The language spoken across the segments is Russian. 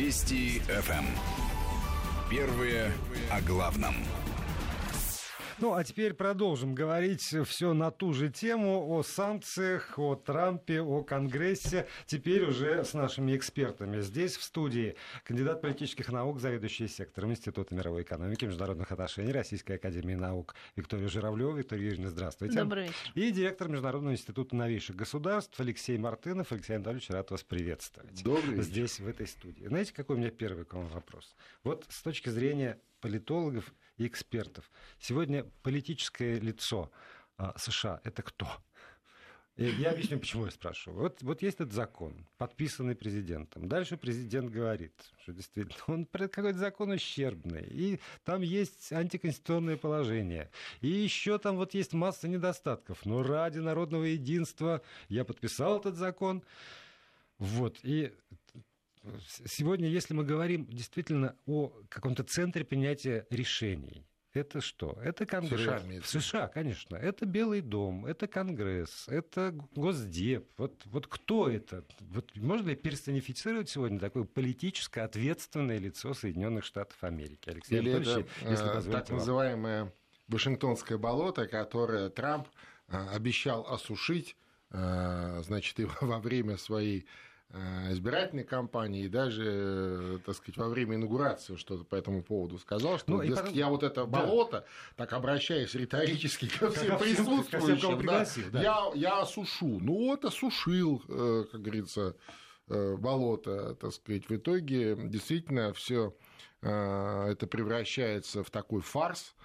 Вести ФМ. Первые о главном. Ну, а теперь продолжим говорить все на ту же тему, о санкциях, о Трампе, о Конгрессе. Теперь уже с нашими экспертами. Здесь, в студии, кандидат политических наук, заведующий сектором Института мировой экономики и международных отношений Российской академии наук Виктория Журавлева. Виктория Юрьевна, здравствуйте. Добрый вечер. И директор Международного института новейших государств Алексей Мартынов. Алексей Анатольевич, рад вас приветствовать. Добрый вечер. Здесь, в этой студии. Знаете, какой у меня первый к вам вопрос? Вот с точки зрения политологов и экспертов. Сегодня политическое лицо США — это кто? Я объясню, почему я спрашиваю. Вот есть этот закон, подписанный президентом. Дальше президент говорит, что действительно он какой-то закон ущербный. И там есть антиконституционное положение. И еще там вот есть масса недостатков. Но ради народного единства я подписал этот закон. Вот. И сегодня, если мы говорим действительно о каком-то центре принятия решений, это что? Это Конгресс. В США, конечно. Это Белый дом, это Конгресс, это Госдеп. Вот кто это? Вот можно ли персонифицировать сегодня такое политическое ответственное лицо Соединенных Штатов Америки? Алексей Анатольевич, если позволите так называемое Вашингтонское болото, которое Трамп обещал осушить, значит, и во время своей избирательной кампании, и даже, так сказать, во время инаугурации что-то по этому поводу сказал, что я вот это болото, так обращаясь риторически ко всем присутствующим, я осушу. Ну вот осушил, как говорится, болото, так сказать. В итоге действительно все это превращается в такой фарс.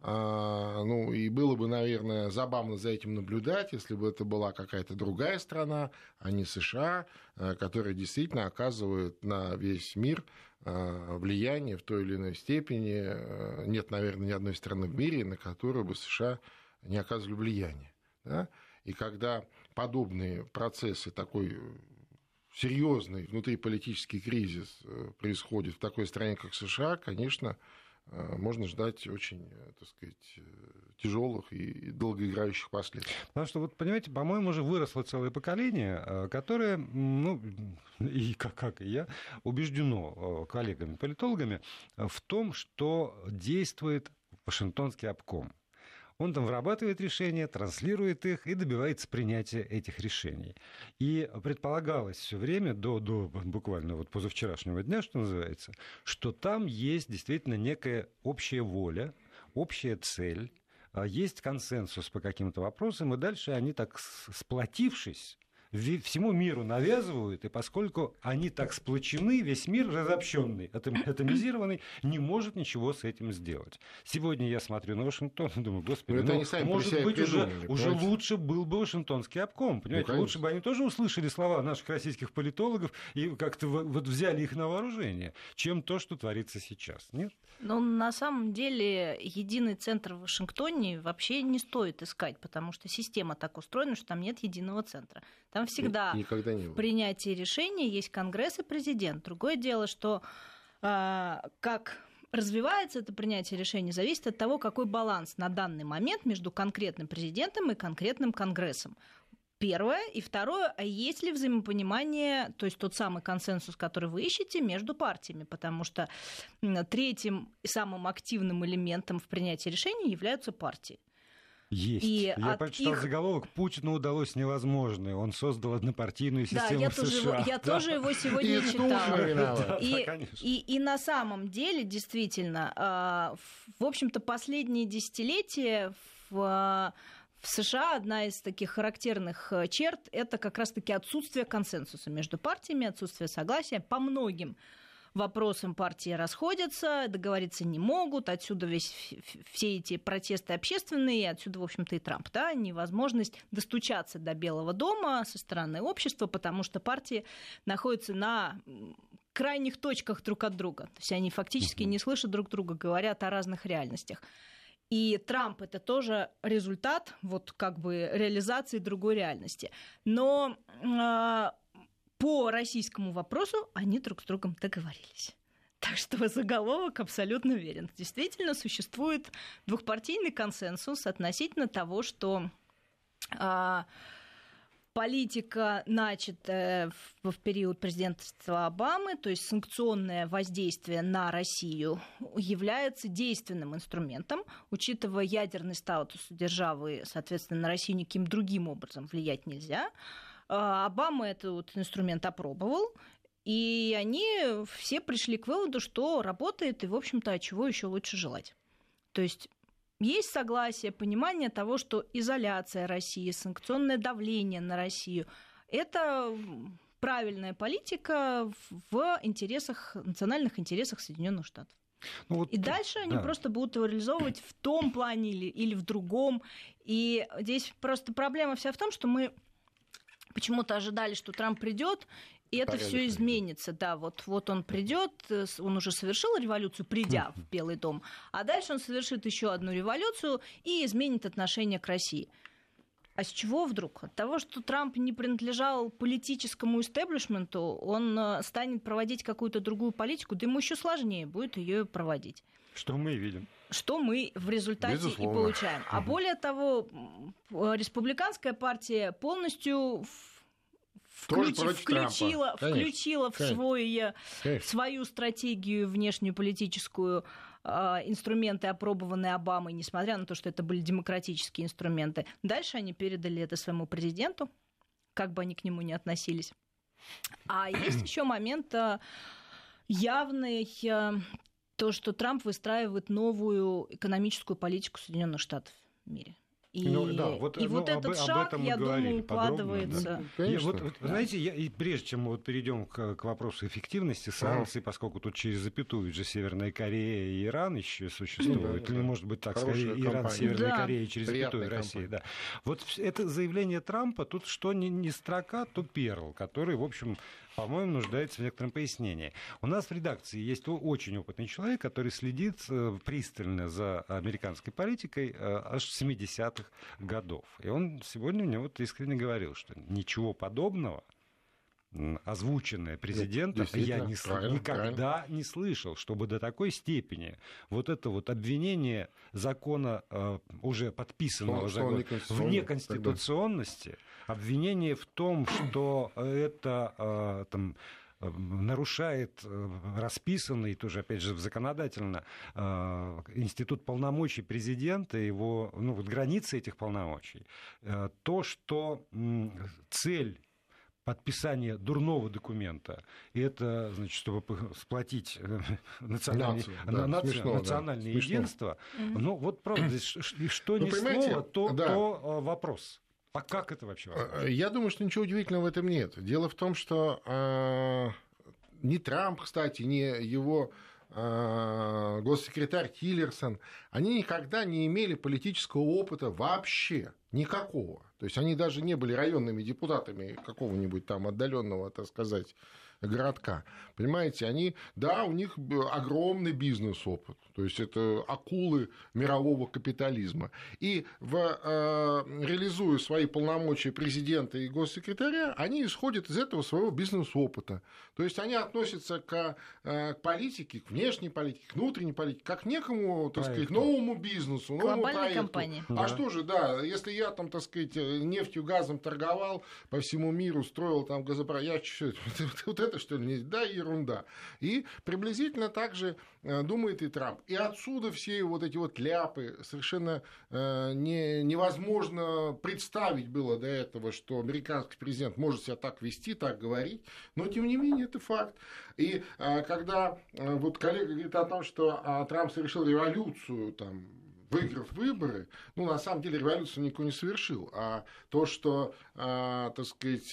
Ну, и было бы, наверное, забавно за этим наблюдать, если бы это была какая-то другая страна, а не США, которая действительно оказывает на весь мир влияние в той или иной степени. Нет, наверное, ни одной страны в мире, на которую бы США не оказывали влияние. Да? И когда подобные процессы, такой серьезный внутриполитический кризис происходит в такой стране, как США, конечно, можно ждать очень, так сказать, тяжелых и долгоиграющих последствий. Потому что, вот, понимаете, по-моему, уже выросло целое поколение, которое, ну, и как и я, убеждено коллегами-политологами в том, что действует Вашингтонский обком. Он там вырабатывает решения, транслирует их и добивается принятия этих решений. И предполагалось все время, до буквально вот позавчерашнего дня, что называется, что там есть действительно некая общая воля, общая цель, есть консенсус по каким-то вопросам, и дальше они так, сплотившись, всему миру навязывают, и поскольку они так сплочены, весь мир разобщенный, атомизированный, не может ничего с этим сделать. Сегодня я смотрю на Вашингтон и думаю, господи, может быть, уже лучше был бы Вашингтонский обком, понимаете, лучше бы они тоже услышали слова наших российских политологов и как-то вот взяли их на вооружение, чем то, что творится сейчас, нет? Но на самом деле единый центр в Вашингтоне вообще не стоит искать, потому что система так устроена, что там нет единого центра. Там всегда в принятии решений есть Конгресс и президент. Другое дело, что как развивается это принятие решений, зависит от того, какой баланс на данный момент между конкретным президентом и конкретным Конгрессом. Первое. И второе, а есть ли взаимопонимание, то есть тот самый консенсус, который вы ищете, между партиями, потому что третьим и самым активным элементом в принятии решений являются партии. Есть. Я прочитал заголовок: Путину удалось невозможное. Он создал однопартийную систему в США. Я тоже его сегодня читала. И на самом деле, действительно, в общем-то, последние десятилетия в США одна из таких характерных черт – это как раз-таки отсутствие консенсуса между партиями, отсутствие согласия по многим вопросам. Партии расходятся, договориться не могут, отсюда все эти протесты общественные, отсюда, в общем-то, и Трамп, да, невозможность достучаться до Белого дома со стороны общества, потому что партии находятся на крайних точках друг от друга, то есть они фактически не слышат друг друга, говорят о разных реальностях. И Трамп – это тоже результат вот как бы реализации другой реальности. Но по российскому вопросу они друг с другом договорились. Так что заголовок абсолютно верен. Действительно, существует двухпартийный консенсус относительно того, что политика, начатая в период президентства Обамы, то есть санкционное воздействие на Россию, является действенным инструментом, учитывая ядерный статус державы, соответственно, на Россию никаким другим образом влиять нельзя. Обама этот инструмент опробовал, и они все пришли к выводу, что работает, и, в общем-то, от чего еще лучше желать. То есть есть согласие, понимание того, что изоляция России, санкционное давление на Россию – это правильная политика в национальных интересах Соединенных Штатов. Ну, вот, и дальше они просто будут его реализовывать в том плане или в другом. И здесь просто проблема вся в том, что мы почему-то ожидали, что Трамп придет, и это все изменится. Да, вот он придет, он уже совершил революцию, придя в Белый дом, а дальше он совершит еще одну революцию и изменит отношение к России. А с чего вдруг? От того, что Трамп не принадлежал политическому истеблишменту, он станет проводить какую-то другую политику, да ему еще сложнее будет ее проводить. Что мы и видим. Что мы в результате и получаем. А более того, республиканская партия полностью включила в свою стратегию внешнеполитическую инструменты, опробованные Обамой, несмотря на то, что это были демократические инструменты. Дальше они передали это своему президенту, как бы они к нему ни относились. А есть еще момент явный, то, что Трамп выстраивает новую экономическую политику Соединенных Штатов в мире. И этот шаг, я думаю, укладывается. Знаете, прежде чем мы перейдем к вопросу эффективности санкций, поскольку тут через запятую же Северная Корея и Иран еще существуют, или, может быть, так, скорее, Иран, Северная Корея, через запятую Россия. Да. Вот это заявление Трампа, тут что не строка, то перл, который, в общем, по-моему, нуждается в некотором пояснении. У нас в редакции есть очень опытный человек, который следит пристально за американской политикой аж с 70-х годов. И он сегодня мне искренне говорил, что ничего подобного, озвученное президентом, я никогда не слышал, чтобы до такой степени это обвинение закона, уже подписанного закона, в неконституционности, обвинение в том, что это нарушает расписанный, тоже, опять же, законодательно, институт полномочий президента, его, границы этих полномочий, то, что цель подписание дурного документа, и это, значит, чтобы сплотить национальное единство. Правда, что ни слово, то вопрос. А как это вообще возможно? Я думаю, что ничего удивительного в этом нет. Дело в том, что ни Трамп, кстати, ни его госсекретарь Тиллерсон, они никогда не имели политического опыта вообще, никакого. То есть они даже не были районными депутатами какого-нибудь там отдаленного, так сказать, городка. Понимаете, у них огромный бизнес-опыт. То есть это акулы мирового капитализма. И реализуя свои полномочия президента и госсекретаря, они исходят из этого своего бизнес-опыта. То есть они относятся к политике, к внешней политике, к внутренней политике, как к некому, так сказать, новому бизнесу, новому проекту. Компании. А что же, если я там, так сказать, нефтью, газом торговал по всему миру, строил там газопровод, это что ли? Да, ерунда. И приблизительно так же думает и Трамп. И отсюда все эти ляпы совершенно невозможно представить было до этого, что американский президент может себя так вести, так говорить, но тем не менее это факт. И когда коллега говорит о том, что Трамп совершил революцию, выиграв выборы, на самом деле революцию никто не совершил, а то, что, так сказать,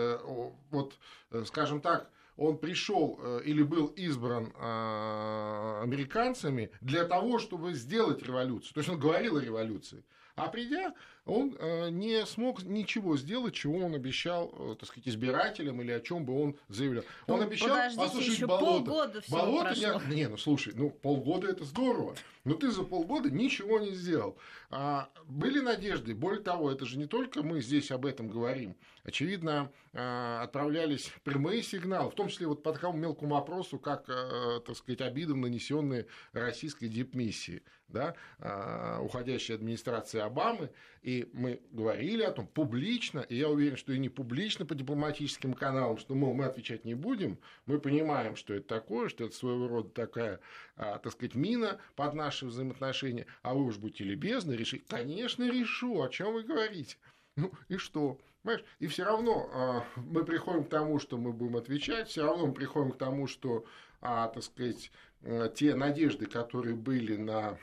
скажем так, он пришел или был избран американцами для того, чтобы сделать революцию. То есть он говорил о революции. А придя, он не смог ничего сделать, чего он обещал, так сказать, избирателям или о чем бы он заявлял. Он обещал осушить болото. Полгода слушай, полгода это здорово. Но ты за полгода ничего не сделал. Были надежды. Более того, это же не только мы здесь об этом говорим. Очевидно, отправлялись прямые сигналы, в том числе по такому мелкому вопросу, как, так сказать, обидам, нанесенные российской дипмиссии, уходящей администрации Обамы. И И мы говорили о том публично, и я уверен, что и не публично по дипломатическим каналам, что, мол, мы отвечать не будем, мы понимаем, что это такое, что это своего рода такая, так сказать, мина под наши взаимоотношения, а вы уж будьте любезны, решить. Конечно, решу, о чем вы говорите. Ну и что? Понимаешь? И все равно мы приходим к тому, что мы будем отвечать, все равно мы приходим к тому, что, так сказать, те надежды, которые были на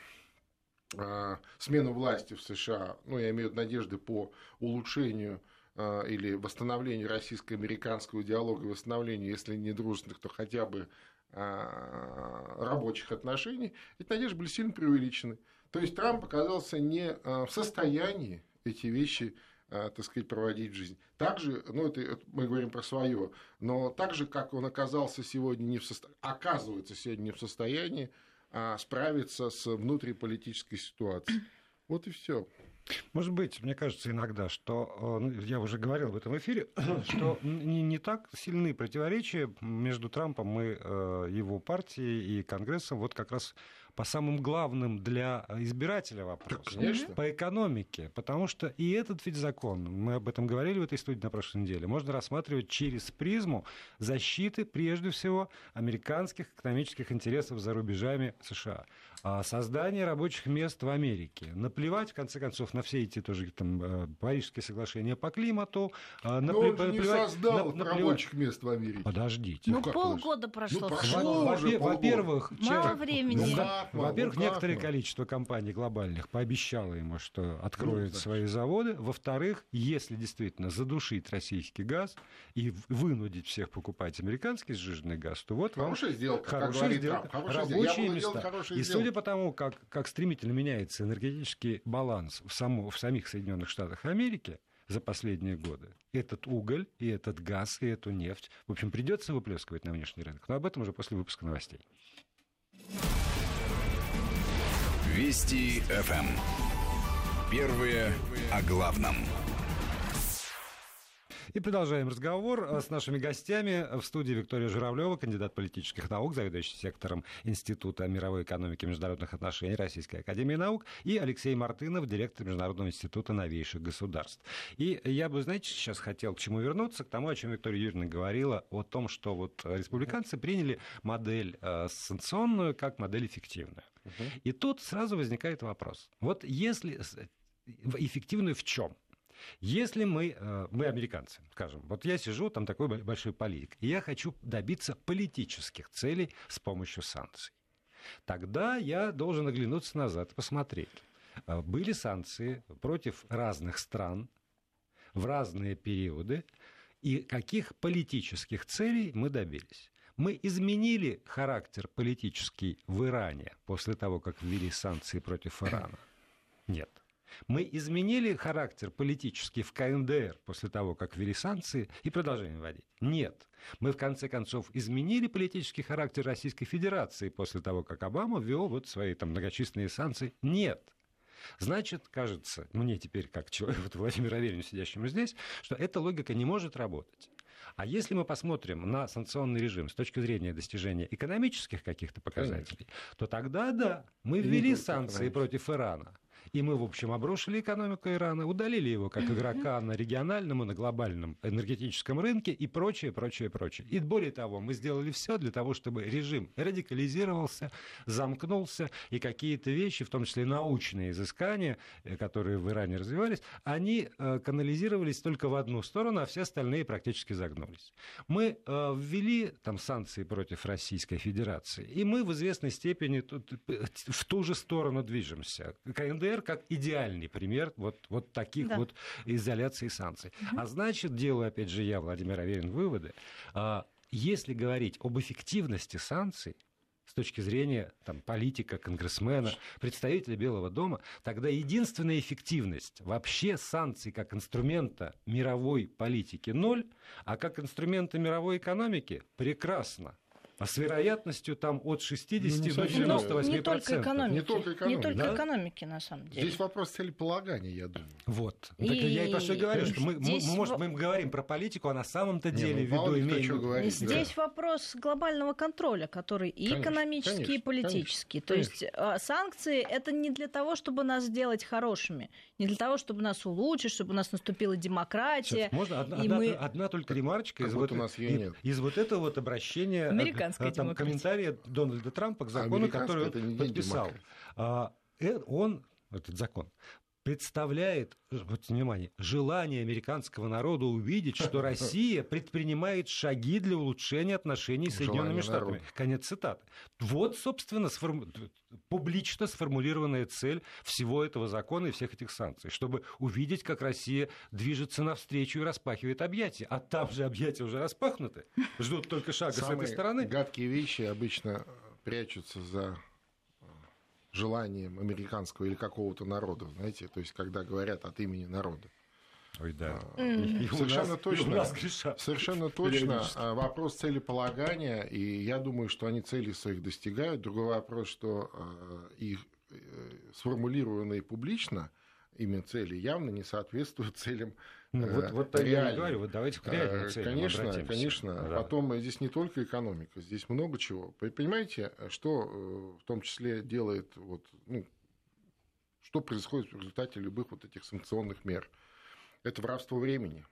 смену власти в США, ну, я имею в виду надежды по улучшению или восстановлению российско-американского диалога, восстановлению, если не дружественных, то хотя бы рабочих отношений, эти надежды были сильно преувеличены. То есть Трамп оказался не в состоянии эти вещи, так сказать, проводить в жизнь. Также, ну, это мы говорим про свое, но так же, как он оказался сегодня оказывается сегодня не в состоянии справиться с внутриполитической ситуацией. Вот и все. Может быть, мне кажется иногда, что, я уже говорил в этом эфире, что не так сильны противоречия между Трампом и его партией и Конгрессом вот как раз по самым главным для избирателя вопросам, по экономике. Потому что и этот ведь закон, мы об этом говорили в этой студии на прошлой неделе, можно рассматривать через призму защиты, прежде всего, американских экономических интересов за рубежами США. Создание рабочих мест в Америке. Наплевать, в конце концов, на все эти тоже там Парижские соглашения по климату. Но он же не создал рабочих мест в Америке. Подождите. Ну, полгода прошло. Во-первых, мало времени. Во-первых, некоторое количество компаний глобальных пообещало ему, что откроют свои заводы. Во-вторых, если действительно задушить российский газ и вынудить всех покупать американский сжиженный газ, то вот хорошая сделка, хорошая сделка, рабочие места. И судя по тому, как стремительно меняется энергетический баланс в самих Соединенных Штатах Америки за последние годы, этот уголь и этот газ и эту нефть, в общем, придется выплескивать на внешний рынок. Но об этом уже после выпуска новостей. Вести ФМ. Первые о главном. И продолжаем разговор с нашими гостями. В студии Виктория Журавлева, кандидат политических наук, заведующий сектором Института мировой экономики и международных отношений Российской академии наук, и Алексей Мартынов, директор Международного института новейших государств. И я бы, знаете, сейчас хотел к чему вернуться, к тому, о чем Виктория Юрьевна говорила, о том, что вот республиканцы приняли модель санкционную как модель эффективную. И тут сразу возникает вопрос. Вот если эффективную в чем? Если мы американцы, скажем, вот я сижу, там такой большой политик, и я хочу добиться политических целей с помощью санкций, тогда я должен оглянуться назад и посмотреть, были санкции против разных стран в разные периоды, и каких политических целей мы добились. Мы изменили характер политический в Иране после того, как ввели санкции против Ирана? Нет. Мы изменили характер политический в КНДР после того, как ввели санкции, и продолжаем вводить? Нет. Мы, в конце концов, изменили политический характер Российской Федерации после того, как Обама ввел вот свои там многочисленные санкции? Нет. Значит, кажется, мне теперь, как человеку, вот Владимиру Аверину, сидящему здесь, что эта логика не может работать. А если мы посмотрим на санкционный режим с точки зрения достижения экономических каких-то показателей, то тогда, да, мы ввели санкции против Ирана. И мы, в общем, обрушили экономику Ирана, удалили его как игрока на региональном и на глобальном энергетическом рынке и прочее, прочее, прочее. И более того, мы сделали все для того, чтобы режим радикализировался, замкнулся, и какие-то вещи, в том числе научные изыскания, которые в Иране развивались, они канализировались только в одну сторону, а все остальные практически загнулись. Мы ввели там санкции против Российской Федерации, и мы в известной степени в ту же сторону движемся. КНДР как идеальный пример вот таких вот изоляций и санкций. А значит, делаю, опять же, я, Владимир Аверин, выводы. Если говорить об эффективности санкций с точки зрения там, политика, конгрессмена, представителя Белого дома, тогда единственная эффективность вообще санкций как инструмента мировой политики ноль, а как инструмента мировой экономики прекрасно. А с вероятностью там от 60 до 98%. Не только экономики. Не только да? экономики, на самом деле. Здесь вопрос целеполагания, я думаю. Вот. Так я и про что и говорю, что мы говорим про политику, а на самом-то деле ввиду имеем... Здесь вопрос глобального контроля, который и экономический, и политический. То есть санкции — это не для того, чтобы нас сделать хорошими, не для того, чтобы нас улучшить, чтобы у нас наступила демократия. Сейчас, можно одна только ремарочка из вот этого вот обращения, там, комментария Дональда Трампа к закону, который он подписал. Этот закон представляет, вот, внимание, желание американского народа увидеть, что Россия предпринимает шаги для улучшения отношений с Соединенными Штатами. Конец цитаты. Вот, собственно, публично сформулированная цель всего этого закона и всех этих санкций, чтобы увидеть, как Россия движется навстречу и распахивает объятия. А там же объятия уже распахнуты, ждут только шага с этой стороны. Гадкие вещи обычно прячутся за желанием американского или какого-то народа, знаете, то есть когда говорят от имени народа. Ой, да. Совершенно точно вопрос целеполагания, и я думаю, что они цели своих достигают. Другой вопрос, что их сформулированные публично ими цели явно не соответствуют целям вот я и говорю, вот давайте к реальным целям обратимся. Конечно. Да. Потом здесь не только экономика, здесь много чего. Понимаете, что в том числе делает, что происходит в результате любых вот этих санкционных мер? Это воровство времени.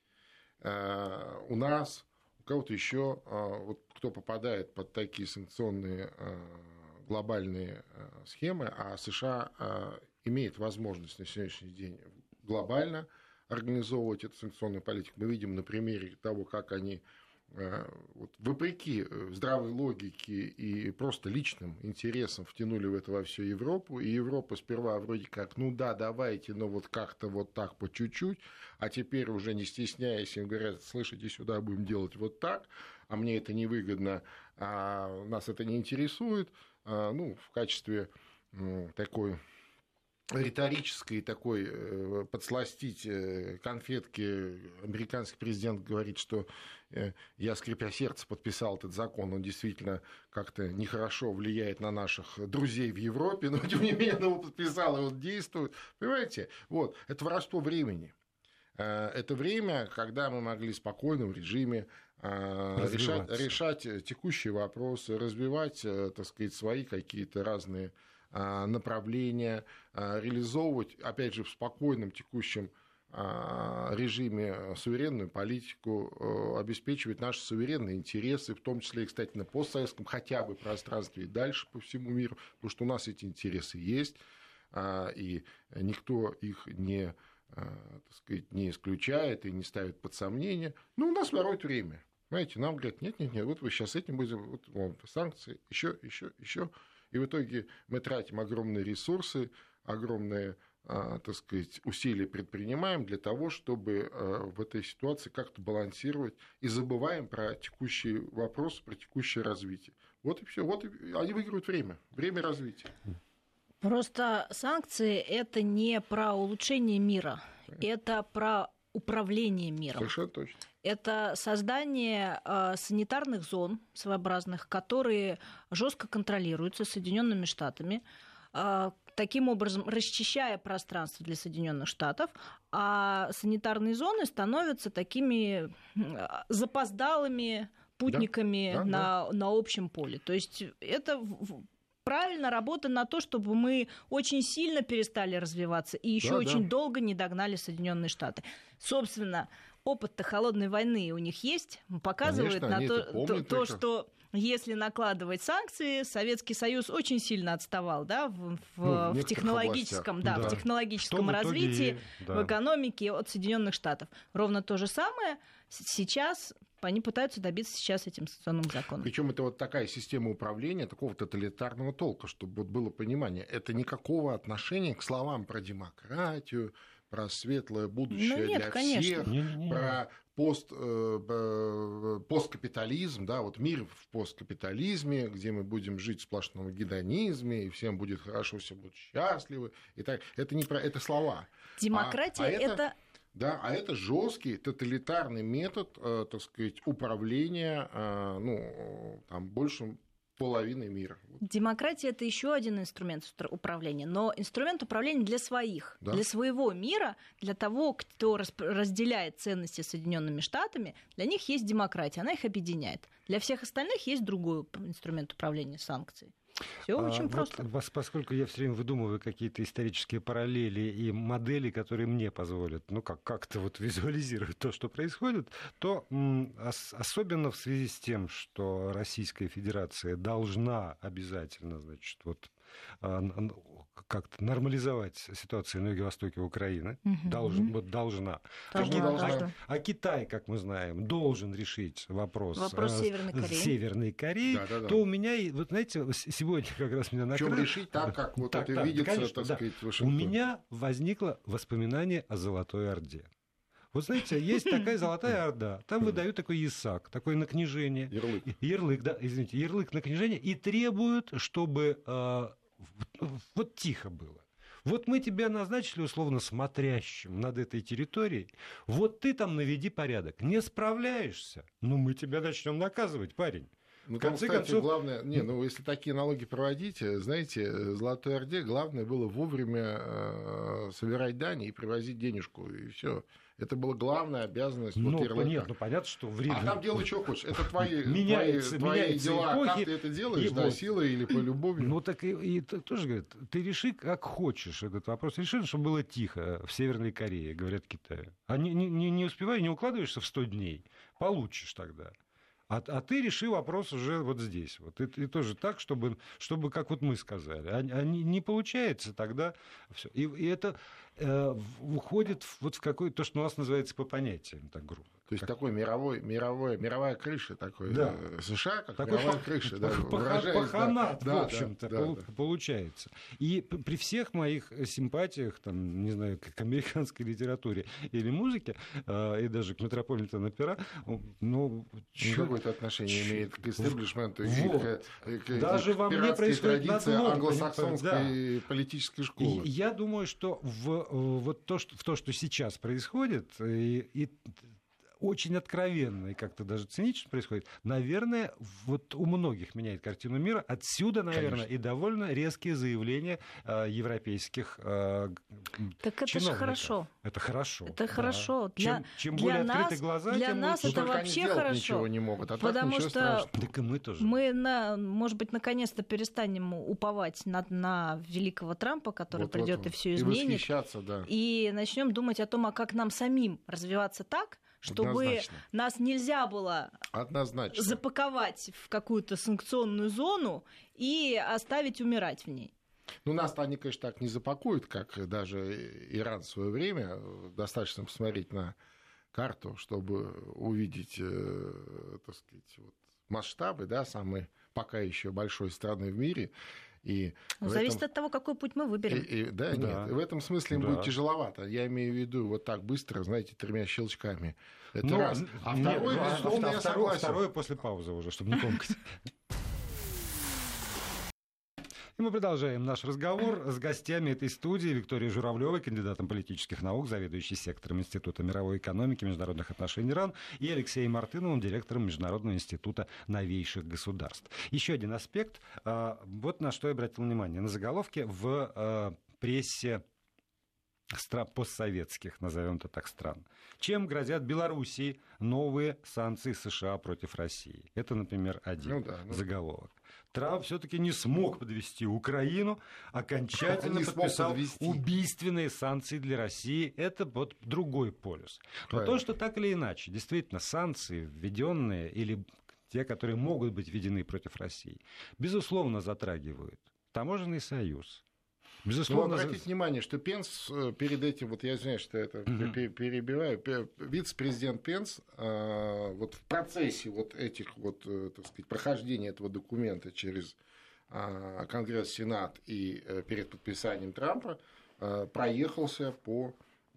У нас, у кого-то еще, вот кто попадает под такие санкционные глобальные схемы, а США имеет возможность на сегодняшний день глобально организовывать эту санкционную политику. Мы видим на примере того, как они, вопреки здравой логике и просто личным интересам, втянули в это во всю Европу. И Европа сперва вроде как, давайте, но вот как-то вот так по чуть-чуть, а теперь уже не стесняясь, им говорят, слышите, сюда будем делать вот так, а мне это невыгодно, а нас это не интересует. В качестве такой риторической такой подсластить конфетки американский президент говорит, что я, скрипя сердце, подписал этот закон, он действительно как-то нехорошо влияет на наших друзей в Европе, но тем не менее он его подписал, и он действует. Понимаете? Вот, это воровство времени. Это время, когда мы могли спокойно в режиме решать текущие вопросы, развивать, так сказать, свои какие-то разные направления, реализовывать, опять же, в спокойном текущем режиме суверенную политику, обеспечивать наши суверенные интересы, в том числе и, кстати, на постсоветском хотя бы пространстве и дальше по всему миру, потому что у нас эти интересы есть, и никто их не, так сказать, не исключает и не ставит под сомнение. Но у нас воруют время. Понимаете, нам говорят, нет, вот вы сейчас этим будем, санкции, еще. И в итоге мы тратим огромные ресурсы, огромные, так сказать, усилия предпринимаем для того, чтобы в этой ситуации как-то балансировать, и забываем про текущие вопросы, про текущее развитие. Вот и все. Вот они выигрывают время развития. Просто санкции — это не про улучшение мира, это про управление миром. Совершенно точно. Это создание санитарных зон своеобразных, которые жестко контролируются Соединенными Штатами, таким образом расчищая пространство для Соединенных Штатов, а санитарные зоны становятся такими запоздалыми путниками на общем поле. То есть это правильно работа на то, чтобы мы очень сильно перестали развиваться и еще очень долго не догнали Соединенные Штаты. Собственно, опыт-то холодной войны у них есть, показывает, конечно, то, что если накладывать санкции, Советский Союз очень сильно отставал, в технологическом, в технологическом развитии, в экономике от Соединенных Штатов. Ровно то же самое сейчас они пытаются добиться сейчас этим санкционным законом. Причем это вот такая система управления такого тоталитарного толка, чтобы было понимание. Это никакого отношения к словам про демократию, про светлое будущее для всех, про посткапитализм, мир в посткапитализме, где мы будем жить в сплошном гедонизме, и всем будет хорошо, все будут счастливы. И так. Это не про это слова. Демократия это Да, а это жесткий тоталитарный метод, так сказать, управления, там, большим половины мира. Демократия – это еще один инструмент управления, но инструмент управления для своих, да, для своего мира, для того, кто разделяет ценности с Соединенными Штатами, для них есть демократия, она их объединяет. Для всех остальных есть другой инструмент управления – санкции. Все очень просто. Поскольку я все время выдумываю какие-то исторические параллели и модели, которые мне позволят, как-то вот визуализировать то, что происходит, то особенно в связи с тем, что Российская Федерация должна обязательно, значит, вот как-то нормализовать ситуацию на юго-востоке Украины. Должна. А Китай, как мы знаем, должен решить вопрос Северной Кореи. То у меня, вот знаете, сегодня как раз меня накрыло... Чем решить так, как вот это видится, конечно, так сказать, в Вашингтоне. У меня возникло воспоминание о Золотой Орде. Вот знаете, есть такая Золотая Орда, там выдают такой ясак, такое накнижение. Ярлык на книжение, и требуют, чтобы вот тихо было. Вот мы тебя назначили условно смотрящим над этой территорией, вот ты там наведи порядок. Не справляешься, мы тебя начнем наказывать, парень. В конце концов, главное, если такие налоги проводить, знаете, Золотой Орде главное было вовремя собирать дань и привозить денежку, и все. Это была главная обязанность ярлыка. Понятно, что время... А там делай, что хочешь. Это твои дела. Эпохи, как ты это делаешь, силой или по любовью? Так и тоже говорят, ты реши, как хочешь этот вопрос. Реши, чтобы было тихо в Северной Корее, говорят Китаю. А не успевай, не укладываешься в 100 дней, получишь тогда. А ты реши вопрос уже вот здесь. Вот. И тоже так, чтобы как вот мы сказали. А не получается, тогда все. И это уходит вот в какое-то, то, что у нас называется по понятиям, так грубо. То есть такой мировая крыша, такой, да. США, как такой мировая крыша. Паханат, в общем-то, получается. И при всех моих симпатиях, там, не знаю, к американской литературе или музыке, и даже к Метрополитен-опера, какое-то отношение имеет к истеблишменту, даже во мне происходит традиции англосаксонской политической школы. И я думаю, что в то, что сейчас происходит, и очень откровенно и как-то даже цинично происходит, наверное, вот у многих меняет картину мира. Отсюда, наверное, конечно, и довольно резкие заявления европейских чиновников. Так это же хорошо. Это хорошо. Это хорошо. Чем более открыты глаза, для тем нас лучше. это вообще хорошо. Ничего не могут, потому что так и мы тоже. Мы, может быть, наконец-то перестанем уповать на великого Трампа, который придет и все изменит. И восхищаться, да. И начнем думать о том, как нам самим развиваться так, чтобы нас нельзя было запаковать в какую-то санкционную зону и оставить умирать в ней. Нас-то они, конечно, так не запакуют, как даже Иран в свое время. Достаточно посмотреть на карту, чтобы увидеть, так сказать, масштабы, да, самой пока еще большой страны в мире. И зависит от того, какой путь мы выберем. Нет, в этом смысле им будет тяжеловато. Я имею в виду вот так быстро, знаете, 3 щелчками. Это раз. А второй, безусловно, я согласен. Второе после паузы уже, чтобы не комкать. И мы продолжаем наш разговор с гостями этой студии: Викторией Журавлевой, кандидатом политических наук, заведующей сектором Института мировой экономики и международных отношений РАН, и Алексеем Мартыновым, директором Международного института новейших государств. Еще один аспект, вот на что я обратил внимание. На заголовке в прессе постсоветских, назовем это так, стран. Чем грозят Белоруссии новые санкции США против России? Это, например, один заголовок. Трамп все-таки не смог подвести Украину, окончательно подписал убийственные санкции для России. Это вот другой полюс. Но то, что так или иначе, действительно, санкции, введенные или те, которые могут быть введены против России, безусловно, затрагивают таможенный союз. Безусловно, обратите внимание, что Пенс перед этим, я извиняюсь, что это перебиваю, вице-президент Пенс в процессе этих так сказать, прохождения этого документа через Конгресс, Сенат и перед подписанием Трампа проехался по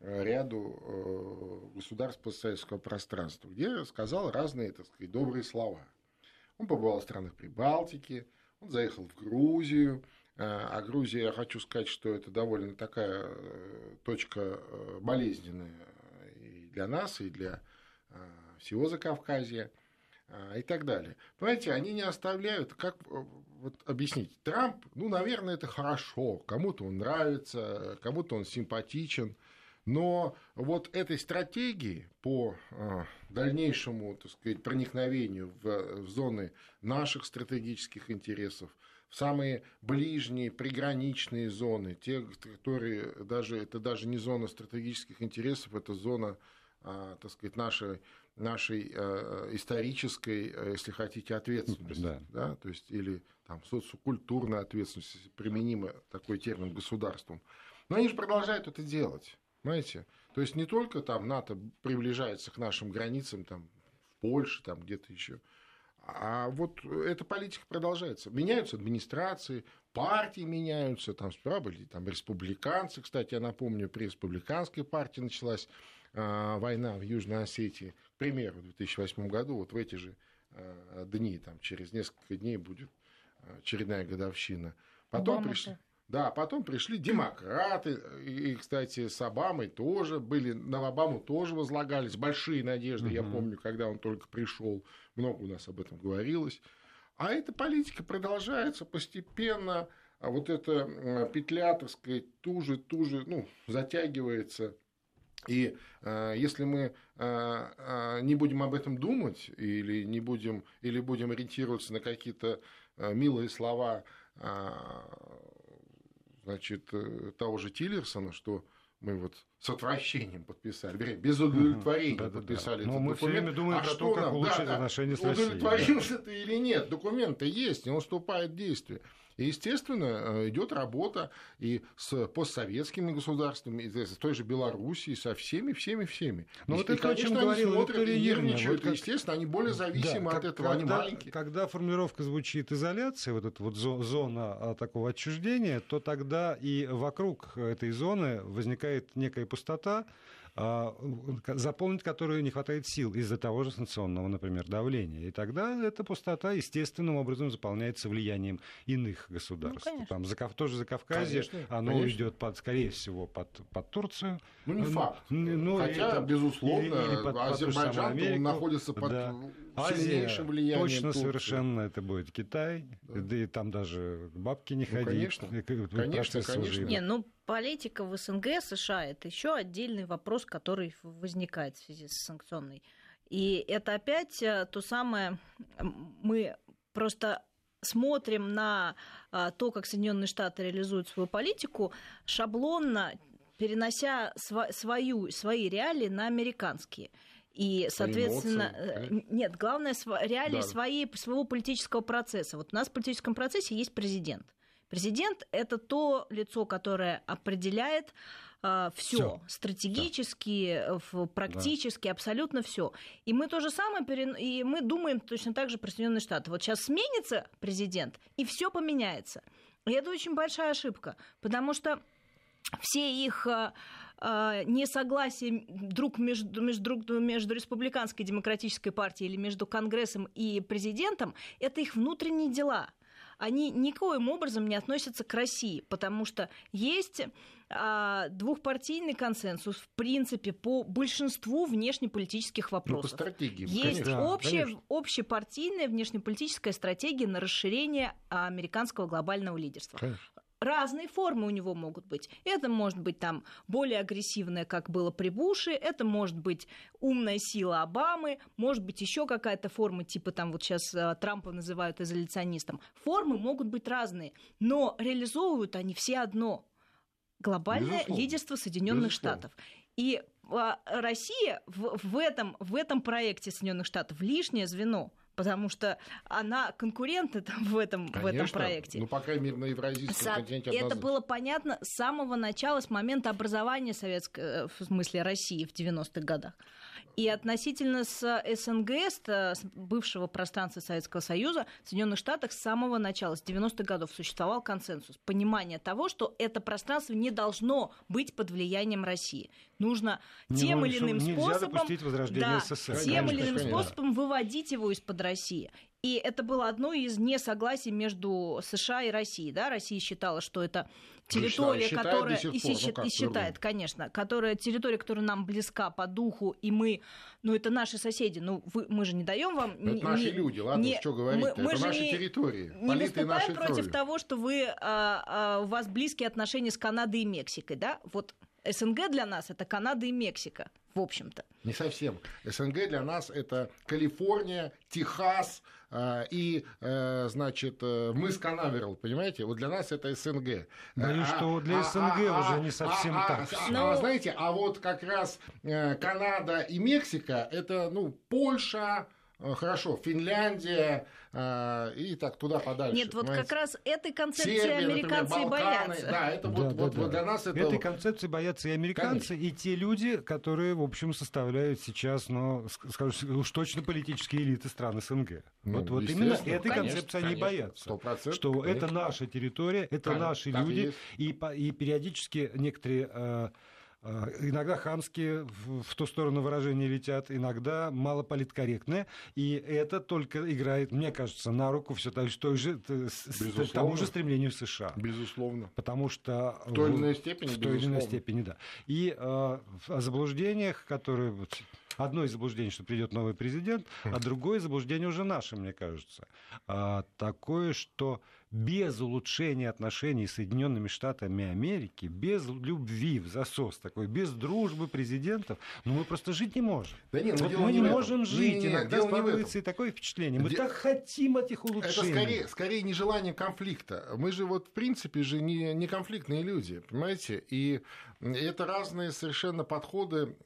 ряду государств постсоветского пространства, где сказал разные, так сказать, добрые слова. Он побывал в странах Прибалтики, он заехал в Грузию. А Грузия, я хочу сказать, что это довольно такая точка болезненная для нас, и для всего Закавказья, и так далее. Понимаете, они не оставляют, как вот объяснить, Трамп, ну, наверное, это хорошо, кому-то он нравится, кому-то он симпатичен, но вот этой стратегии по дальнейшему, так сказать, проникновению в зоны наших стратегических интересов, в самые ближние приграничные зоны, те, которые это даже не зона стратегических интересов, это зона, так сказать, нашей исторической, если хотите, ответственности, да, то есть или там социокультурной ответственности, применимо такой термин государством. Но они же продолжают это делать, понимаете? То есть не только там НАТО приближается к нашим границам, там в Польше, там где-то еще, а вот эта политика продолжается. Меняются администрации, партии меняются, там справа были там республиканцы, кстати, я напомню, при республиканской партии началась война в Южной Осетии, к примеру, в 2008 году, вот в эти же дни, там, через несколько дней будет очередная годовщина. Потом пришли демократы, и, кстати, с Обамой тоже были, на Обаму тоже возлагались большие надежды, я помню, когда он только пришел, много у нас об этом говорилось. А эта политика продолжается постепенно, а вот эта петля, так сказать, туже, ну, затягивается. И если мы не будем об этом думать или будем ориентироваться на какие-то милые слова, значит, того же Тиллерсона, что мы вот с отвращением подписали, без удовлетворения подписали этот документ. Мы все время думаем про то, как улучшить отношения с Россией. Удовлетворился это или нет? Документ-то есть, и он вступает в действие. И, естественно, идет работа и с постсоветскими государствами, и с той же Белоруссией, со всеми. Но вот и, это, о чем конечно, говорила Виктория Юрьевна. Естественно, они более зависимы от этого, они маленькие. Когда формулировка звучит изоляция, вот эта вот зона такого отчуждения, то тогда и вокруг этой зоны возникает некая пустота, заполнить которую не хватает сил из-за того же санкционного, например, давления. И тогда эта пустота естественным образом заполняется влиянием иных государств. Ну, там, тоже Закавказье, оно уйдет, скорее всего, под Турцию. Ну, не факт. Хотя, безусловно, Азербайджан находится под сильнейшим влиянием точно Турции. Совершенно это будет Китай, да и там даже бабки не ходить. Конечно. Политика в СНГ, США – это еще отдельный вопрос, который возникает в связи с санкционной. И это опять то самое, мы просто смотрим на то, как Соединенные Штаты реализуют свою политику, шаблонно перенося свои реалии на американские. И, соответственно, нет, главное, реалии своего политического процесса. Вот у нас в политическом процессе есть президент. Президент – это то лицо, которое определяет все стратегически, практически, абсолютно все. И мы то же самое, и мы думаем точно так же про Соединенные Штаты. Вот сейчас сменится президент, и все поменяется. И это очень большая ошибка, потому что все их несогласия между республиканской демократической партией или между Конгрессом и президентом – это их внутренние дела. Они никоим образом не относятся к России, потому что есть двухпартийный консенсус, в принципе, по большинству внешнеполитических вопросов. По стратегии, есть общепартийная внешнеполитическая стратегия на расширение американского глобального лидерства. Конечно. Разные формы у него могут быть. Это может быть там более агрессивное, как было при Буше, это может быть умная сила Обамы, может быть еще какая-то форма, типа там вот сейчас Трампа называют изоляционистом. Формы могут быть разные, но реализовывают они все одно – глобальное лидерство Соединенных Штатов. И Россия в этом проекте Соединенных Штатов лишнее звено. Потому что она конкурент в этом проекте. Ну, по крайней мере, на евразийском континенте однозначно. Это было понятно с самого начала, с момента образования в смысле России в 90-х годах. И относительно с СНГ, с бывшего пространства Советского Союза, в Соединенных Штатах с самого начала, с 90-х годов, существовал консенсус. Понимание того, что это пространство не должно быть под влиянием России. Нужно тем или иным способом выводить его из-под Россия. И это было одно из несогласий между США и Россией. Да? Россия считала, что это территория, которая... считает, конечно. Территория, которая нам близка по духу, и мы... это наши соседи. Мы же не даем вам... Это наши люди, ладно, что говорить. Это наши территории. Не выступаем против того, что у вас близкие отношения с Канадой и Мексикой. Да? Вот СНГ для нас — это Канада и Мексика, в общем-то. Не совсем. СНГ для нас — это Калифорния, Техас и, значит, мыс Канаверал, понимаете? Вот для нас это СНГ. Боюсь, что для СНГ уже не совсем так. Знаете, а вот как раз Канада и Мексика — это, Польша, хорошо, Финляндия и так туда подальше. Нет, вот как раз этой концепции Сербия, американцы, например, Балканы, боятся. Да, это вот для нас это... Этой концепции боятся и американцы, конечно, и те люди, которые, в общем, составляют сейчас, скажем, уж точно политические элиты стран СНГ. Вот именно этой концепции они боятся. 100%, что конечно, это наша территория, это конечно, наши люди, и периодически некоторые... Иногда хамские в ту сторону выражения летят, иногда малополиткорректные, и это только играет, мне кажется, на руку все тому же стремлению США. Безусловно. Потому что... В той или иной степени, да. И о заблуждениях, которые... Одно из заблуждений, что придет новый президент, а другое заблуждение уже наше, мне кажется. Такое, что без улучшения отношений с Соединенными Штатами Америки, без любви в засос такой, без дружбы президентов, мы просто жить не можем. Да нет, мы не можем жить. Иногда складывается и такое впечатление. Мы так хотим этих улучшений. Это скорее нежелание конфликта. Мы же в принципе же не конфликтные люди, понимаете? И это разные совершенно подходы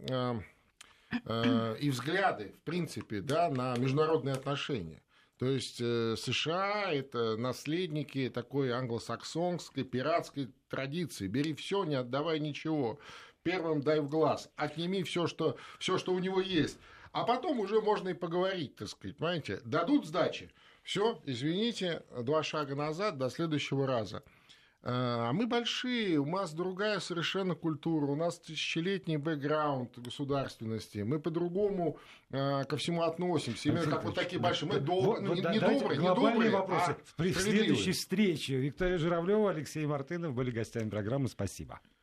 и взгляды, в принципе, да, на международные отношения. То есть США — это наследники такой англосаксонской пиратской традиции. Бери все, не отдавай ничего. Первым дай в глаз. Отними все, что у него есть. А потом уже можно и поговорить, так сказать, понимаете? Дадут сдачи. Все, извините, 2 шага назад, до следующего раза. А мы большие, у нас другая совершенно культура, у нас тысячелетний бэкграунд государственности, мы по-другому ко всему относимся, именно как вот такие большие, мы глобальные вопросы. При следующей встрече Виктория Журавлева, Алексей Мартынов были гостями программы. Спасибо.